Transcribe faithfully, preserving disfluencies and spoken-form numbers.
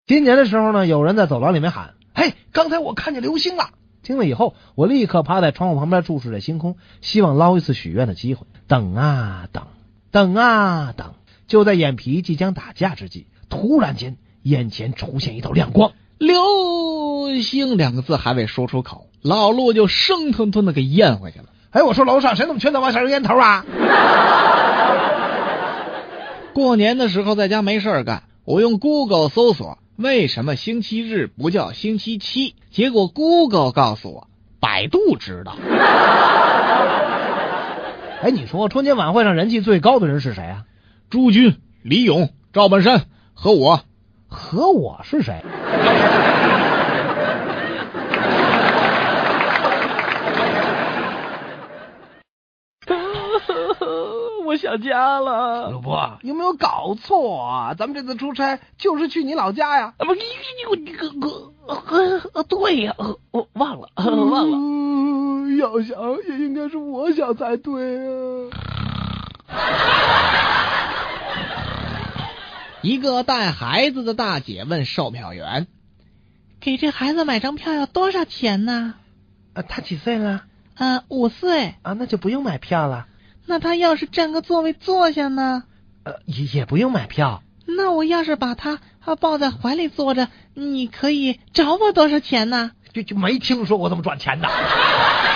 今年的时候呢，有人在走廊里面喊：嘿，刚才我看见流星了。听了以后，我立刻趴在窗户旁边注视着星空，希望捞一次许愿的机会。等啊等，等啊等，就在眼皮即将打架之际，突然间眼前出现一道亮光， 流星两个字还未说出口，老陆就生吞吞的给咽回去了。 哎，我说楼上谁那么缺德往下扔烟头啊？ 过年的时候在家没事干，我用 Google 搜索为什么星期日不叫星期七，结果 Google 告诉我百度知道。 哎，你说春节晚会上人气最高的人是谁啊？ 朱军、李勇、赵本山和我。 和我是谁？ 我想家了。 老婆，有没有搞错啊？咱们这次出差就是去你老家呀？ 不，呃，对呀，我忘了，忘了。 嗯，要想也应该是我想才对啊。 一个带孩子的大姐问售票员：“ 给这孩子买张票要多少钱呢？” 啊，他几岁了？ 呃，五岁。 啊，那就不用买票了。 那他要是占个座位坐下呢？ 呃，也也不用买票。 那我要是把他抱在怀里坐着，你可以找我多少钱呢？ 就就没听说过这么赚钱的。